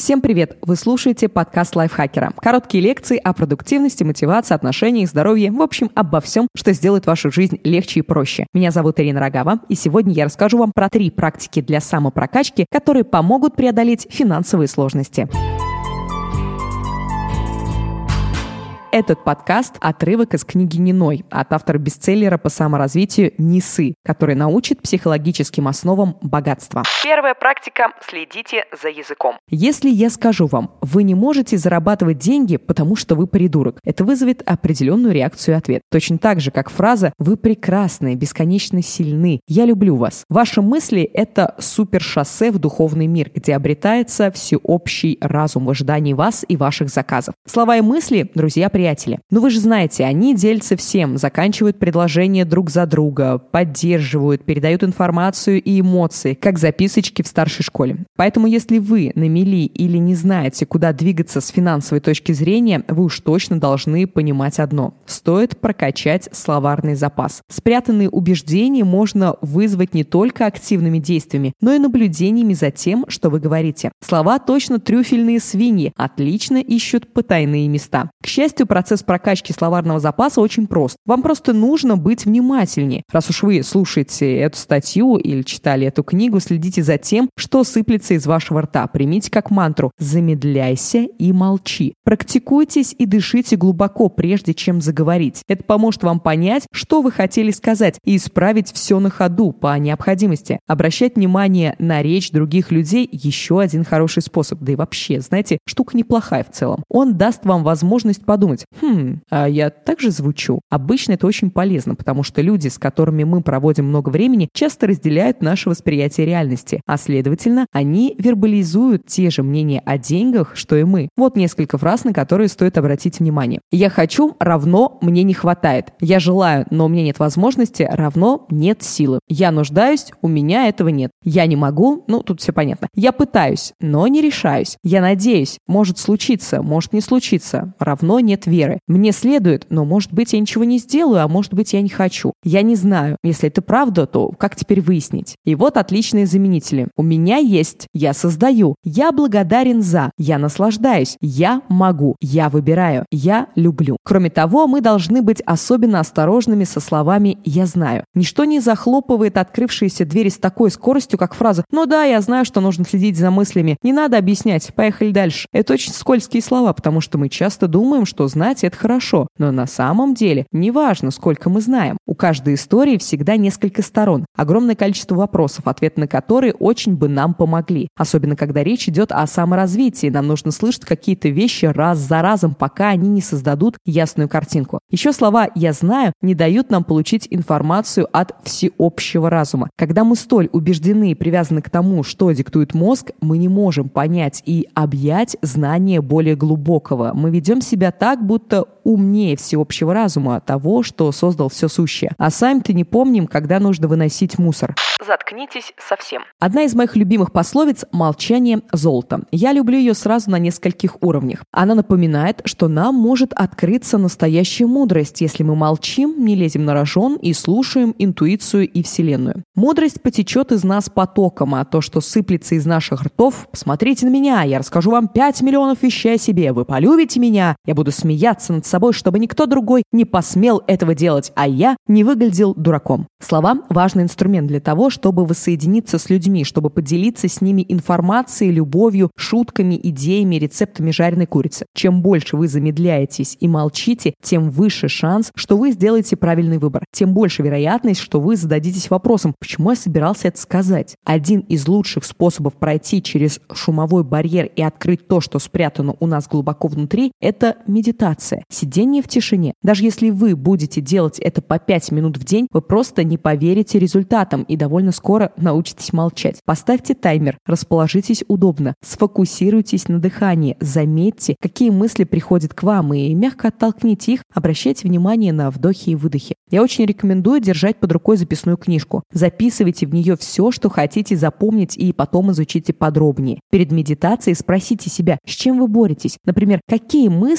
Всем привет! Вы слушаете подкаст Лайфхакера. Короткие лекции о продуктивности, мотивации, отношениях, здоровье, в общем, обо всем, что сделает вашу жизнь легче и проще. Меня зовут Ирина Рогава, и сегодня я расскажу вам про 3 практики для самопрокачки, которые помогут преодолеть финансовые сложности. Этот подкаст – отрывок из книги Ниной от автора бестселлера по саморазвитию Нисы, который научит психологическим основам богатства. Первая практика – следите за языком. Если я скажу вам, вы не можете зарабатывать деньги, потому что вы придурок, это вызовет определенную реакцию и ответ. Точно так же, как фраза «Вы прекрасны, бесконечно сильны, я люблю вас». Ваши мысли – это супершоссе в духовный мир, где обретается всеобщий разум в ожидании вас и ваших заказов. Слова и мысли, друзья-приятели. Но вы же знаете, они делятся всем, заканчивают предложения друг за друга, поддерживают, передают информацию и эмоции, как записочки в старшей школе. Поэтому если вы на мели или не знаете, куда двигаться с финансовой точки зрения, вы уж точно должны понимать одно. Стоит прокачать словарный запас. Спрятанные убеждения можно вызвать не только активными действиями, но и наблюдениями за тем, что вы говорите. Слова точно трюфельные свиньи, отлично ищут потайные места. К счастью, процесс прокачки словарного запаса очень прост. Вам просто нужно быть внимательнее. Раз уж вы слушаете эту статью или читали эту книгу, следите за тем, что сыплется из вашего рта. Примите как мантру «замедляйся и молчи». Практикуйтесь и дышите глубоко, прежде чем заговорить. Это поможет вам понять, что вы хотели сказать, и исправить все на ходу по необходимости. Обращать внимание на речь других людей – еще один хороший способ. Да и вообще, знаете, штука неплохая в целом. Он даст вам возможность подумать: а я так же звучу? Обычно это очень полезно, потому что люди, с которыми мы проводим много времени, часто разделяют наше восприятие реальности, а следовательно, они вербализуют те же мнения о деньгах, что и мы. Вот несколько фраз, на которые стоит обратить внимание. «Я хочу» равно «мне не хватает». «Я желаю, но у меня нет возможности» равно «нет силы». «Я нуждаюсь», у меня этого нет. «Я не могу», тут все понятно. «Я пытаюсь, но не решаюсь». «Я надеюсь», может случиться, может не случиться, равно «нет веры». «Мне следует», но может быть я ничего не сделаю, а может быть я не хочу. «Я не знаю». Если это правда, то как теперь выяснить? И вот отличные заменители. «У меня есть», «я создаю», «я благодарен за», «я наслаждаюсь», «я могу», «я выбираю», «я люблю». Кроме того, мы должны быть особенно осторожными со словами «я знаю». Ничто не захлопывает открывшиеся двери с такой скоростью, как фраза «ну да, я знаю, что нужно следить за мыслями, не надо объяснять, поехали дальше». Это очень скользкие слова, потому что мы часто думаем, что знать — это хорошо. Но на самом деле неважно, сколько мы знаем. У каждой истории всегда несколько сторон, огромное количество вопросов, ответы на которые очень бы нам помогли. Особенно, когда речь идет о саморазвитии. Нам нужно слышать какие-то вещи раз за разом, пока они не создадут ясную картинку. Еще слова «я знаю» не дают нам получить информацию от всеобщего разума. Когда мы столь убеждены и привязаны к тому, что диктует мозг, мы не можем понять и объять знание более глубокого. Мы ведем себя так, будто умнее всеобщего разума, того, что создал все сущее. А сами-то не помним, когда нужно выносить мусор. Заткнитесь совсем. Одна из моих любимых пословиц – «молчание – золото». Я люблю ее сразу на нескольких уровнях. Она напоминает, что нам может открыться настоящая мудрость, если мы молчим, не лезем на рожон и слушаем интуицию и вселенную. Мудрость потечет из нас потоком, а то, что сыплется из наших ртов – посмотрите на меня, я расскажу вам 5 миллионов вещей о себе, вы полюбите меня, я буду смеяться над собой, чтобы никто другой не посмел этого делать, а я не выглядел дураком. Слова – важный инструмент для того, чтобы воссоединиться с людьми, чтобы поделиться с ними информацией, любовью, шутками, идеями, рецептами жареной курицы. Чем больше вы замедляетесь и молчите, тем выше шанс, что вы сделаете правильный выбор. Тем больше вероятность, что вы зададитесь вопросом, почему я собирался это сказать. Один из лучших способов пройти через шумовой барьер и открыть то, что спрятано у нас глубоко внутри, это медитация. Сидение в тишине. Даже если вы будете делать это по 5 минут в день, вы просто не поверите результатам и довольно скоро научитесь молчать. Поставьте таймер, расположитесь удобно, сфокусируйтесь на дыхании, заметьте, какие мысли приходят к вам и мягко оттолкните их, обращайте внимание на вдохи и выдохи. Я очень рекомендую держать под рукой записную книжку. Записывайте в нее все, что хотите запомнить, и потом изучите подробнее. Перед медитацией спросите себя, с чем вы боретесь. Например, какие мысли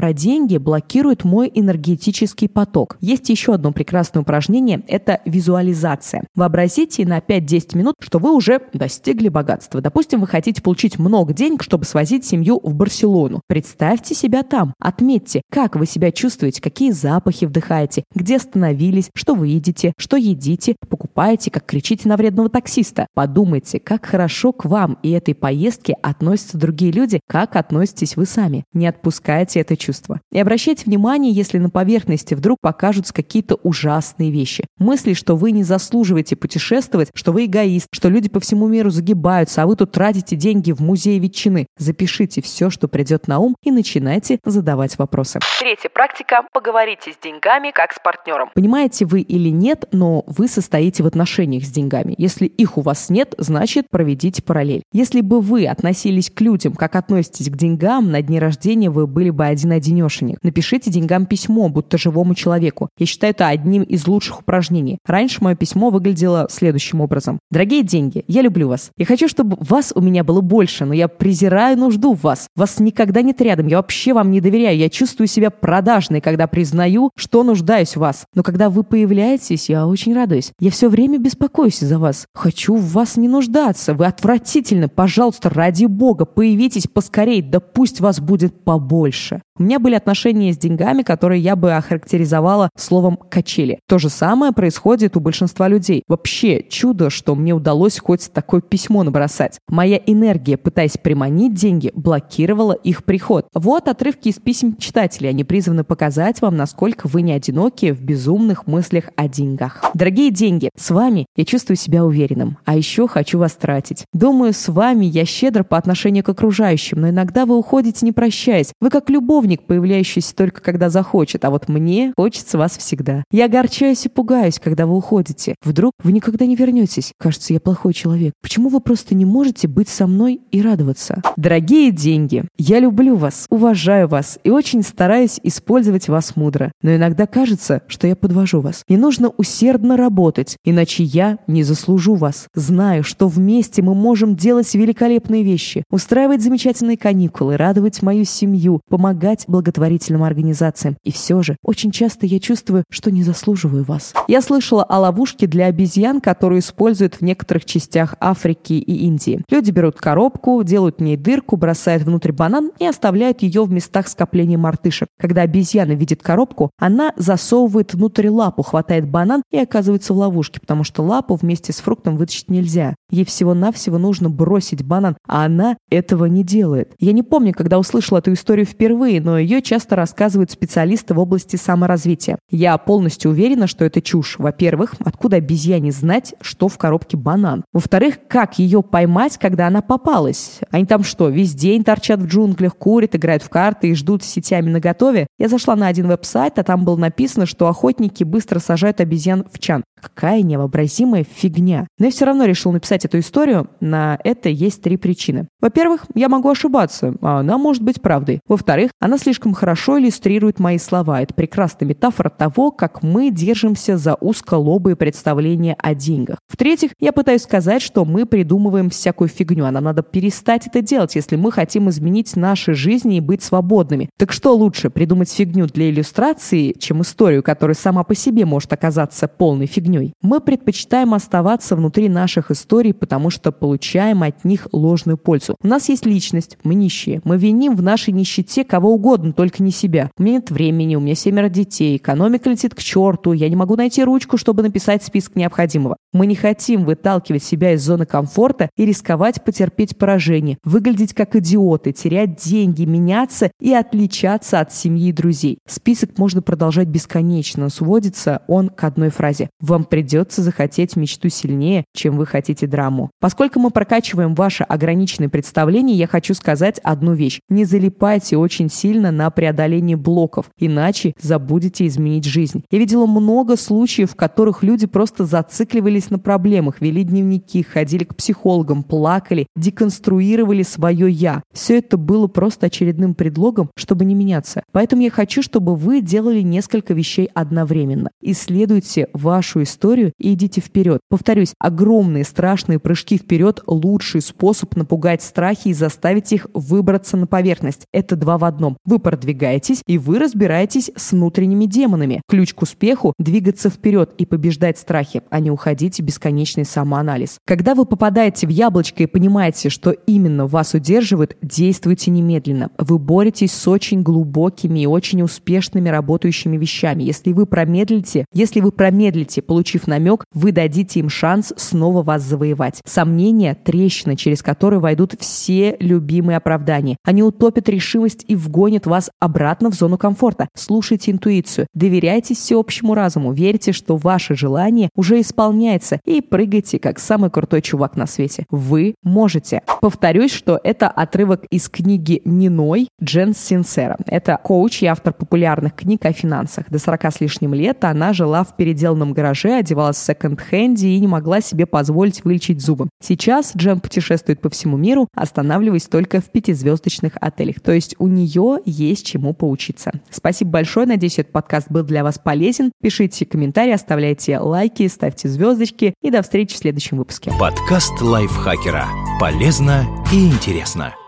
про деньги блокирует мой энергетический поток. Есть еще одно прекрасное упражнение – это визуализация. Вообразите на 5-10 минут, что вы уже достигли богатства. Допустим, вы хотите получить много денег, чтобы свозить семью в Барселону. Представьте себя там. Отметьте, как вы себя чувствуете, какие запахи вдыхаете, где остановились, что вы едите, что едите, покупаете, как кричите на вредного таксиста. Подумайте, как хорошо к вам и этой поездке относятся другие люди, как относитесь вы сами. Не отпускайте это чувство. И обращайте внимание, если на поверхности вдруг покажутся какие-то ужасные вещи. Мысли, что вы не заслуживаете путешествовать, что вы эгоист, что люди по всему миру загибаются, а вы тут тратите деньги в музей ветчины. Запишите все, что придет на ум, и начинайте задавать вопросы. Третья практика – поговорите с деньгами, как с партнером. Понимаете вы или нет, но вы состоите в отношениях с деньгами. Если их у вас нет, значит, проведите параллель. Если бы вы относились к людям, как относитесь к деньгам, на дне рождения вы были бы один-одинешенек. Напишите деньгам письмо, будто живому человеку. Я считаю это одним из лучших упражнений. Раньше мое письмо выглядело следующим образом. Дорогие деньги, я люблю вас. Я хочу, чтобы вас у меня было больше, но я презираю нужду в вас. Вас никогда нет рядом, я вообще вам не доверяю. Я чувствую себя продажной, когда признаю, что нуждаюсь в вас. Но когда вы появляетесь, я очень радуюсь. Я все время беспокоюсь за вас. Хочу в вас не нуждаться. Вы отвратительны. Пожалуйста, ради Бога, появитесь поскорей, да пусть вас будет побольше. У меня были отношения с деньгами, которые я бы охарактеризовала словом «качели». То же самое происходит у большинства людей. Вообще чудо, что мне удалось хоть такое письмо набросать. Моя энергия, пытаясь приманить деньги, блокировала их приход. Вот отрывки из писем читателей. Они призваны показать вам, насколько вы не одиноки в безумных мыслях о деньгах. Дорогие деньги, с вами я чувствую себя уверенным, а еще хочу вас тратить. Думаю, с вами я щедр по отношению к окружающим, но иногда вы уходите, не прощаясь. Вы как любовник, появляющийся только когда захочет, а вот мне хочется вас всегда. Я огорчаюсь и пугаюсь, когда вы уходите. Вдруг вы никогда не вернетесь. Кажется, я плохой человек. Почему вы просто не можете быть со мной и радоваться? Дорогие деньги, я люблю вас, уважаю вас и очень стараюсь использовать вас мудро. Но иногда кажется, что я подвожу вас. И нужно усердно работать, иначе я не заслужу вас. Знаю, что вместе мы можем делать великолепные вещи, устраивать замечательные каникулы, радовать мою семью, помогать благотворительным организациям. И все же, очень часто я чувствую, что не заслуживаю вас. Я слышала о ловушке для обезьян, которую используют в некоторых частях Африки и Индии. Люди берут коробку, делают в ней дырку, бросают внутрь банан и оставляют ее в местах скопления мартышек. Когда обезьяна видит коробку, она засовывает внутрь лапу, хватает банан и оказывается в ловушке, потому что лапу вместе с фруктом вытащить нельзя. Ей всего-навсего нужно бросить банан, а она этого не делает. Я не помню, когда услышала эту историю впервые, но ее часто рассказывают специалисты в области саморазвития. Я полностью уверена, что это чушь. Во-первых, откуда обезьяне знать, что в коробке банан? Во-вторых, как ее поймать, когда она попалась? Они там что, весь день торчат в джунглях, курят, играют в карты и ждут с сетями наготове? Я зашла на один веб-сайт, а там было написано, что охотники быстро сажают обезьян в чан. Какая невообразимая фигня. Но я все равно решила написать эту историю. На это есть 3 причины. Во-первых, я могу ошибаться, а она может быть правдой. Во-вторых, она слишком хорошо иллюстрирует мои слова. Это прекрасная метафора того, как мы держимся за узколобые представления о деньгах. В-третьих, я пытаюсь сказать, что мы придумываем всякую фигню, а нам надо перестать это делать, если мы хотим изменить наши жизни и быть свободными. Так что лучше, придумать фигню для иллюстрации, чем историю, которая сама по себе может оказаться полной фигней? Мы предпочитаем оставаться внутри наших историй, потому что получаем от них ложную пользу. У нас есть личность, мы нищие. Мы виним в нашей нищете кого угодно, только не себя. У меня нет времени, у меня 7 детей, экономика летит к черту, я не могу найти ручку, чтобы написать список необходимого. Мы не хотим выталкивать себя из зоны комфорта и рисковать потерпеть поражение, выглядеть как идиоты, терять деньги, меняться и отличаться от семьи и друзей. Список можно продолжать бесконечно, сводится он к одной фразе. Вам придется захотеть мечту сильнее, чем вы хотите драму. Поскольку мы прокачиваем ваше ограниченное представление, я хочу сказать одну вещь. Не залипайте очень сильно на преодоление блоков, иначе забудете изменить жизнь. Я видела много случаев, в которых люди просто зацикливались на проблемах, вели дневники, ходили к психологам, плакали, деконструировали свое «я». Все это было просто очередным предлогом, чтобы не меняться. Поэтому я хочу, чтобы вы делали несколько вещей одновременно. Исследуйте вашу историю и идите вперед. Повторюсь, огромные страшные прыжки вперед – лучший способ напугать страхи и заставить их выбраться на поверхность. Это 2 в 1. Вы продвигаетесь, и вы разбираетесь с внутренними демонами. Ключ к успеху – двигаться вперед и побеждать страхи, а не уходить в бесконечный самоанализ. Когда вы попадаете в яблочко и понимаете, что именно вас удерживает, действуйте немедленно. Вы боретесь с очень глубокими и очень успешными работающими вещами. Если вы промедлите, получив намек, вы дадите им шанс снова вас завоевать. Сомнения – трещина, через которую войдут все любимые оправдания. Они утопят решимость и вгонят вас обратно в зону комфорта. Слушайте интуицию, доверяйтесь всеобщему разуму, верьте, что ваше желание уже исполняется, и прыгайте, как самый крутой чувак на свете. Вы можете. Повторюсь, что это отрывок из книги «Ниной» Джен Синсера. Это коуч и автор популярных книг о финансах. До 40 с лишним лет она жила в переделанном гараже, одевалась в секонд-хенде и не могла себе позволить вылечить зубы. Сейчас Джен путешествует по всему миру, останавливаясь только в 5-звездочных отелях. То есть у нее есть чему поучиться. Спасибо большое. Надеюсь, этот подкаст был для вас полезен. Пишите комментарии, оставляйте лайки, ставьте звездочки. И до встречи в следующем выпуске. Подкаст лайфхакера. Полезно и интересно.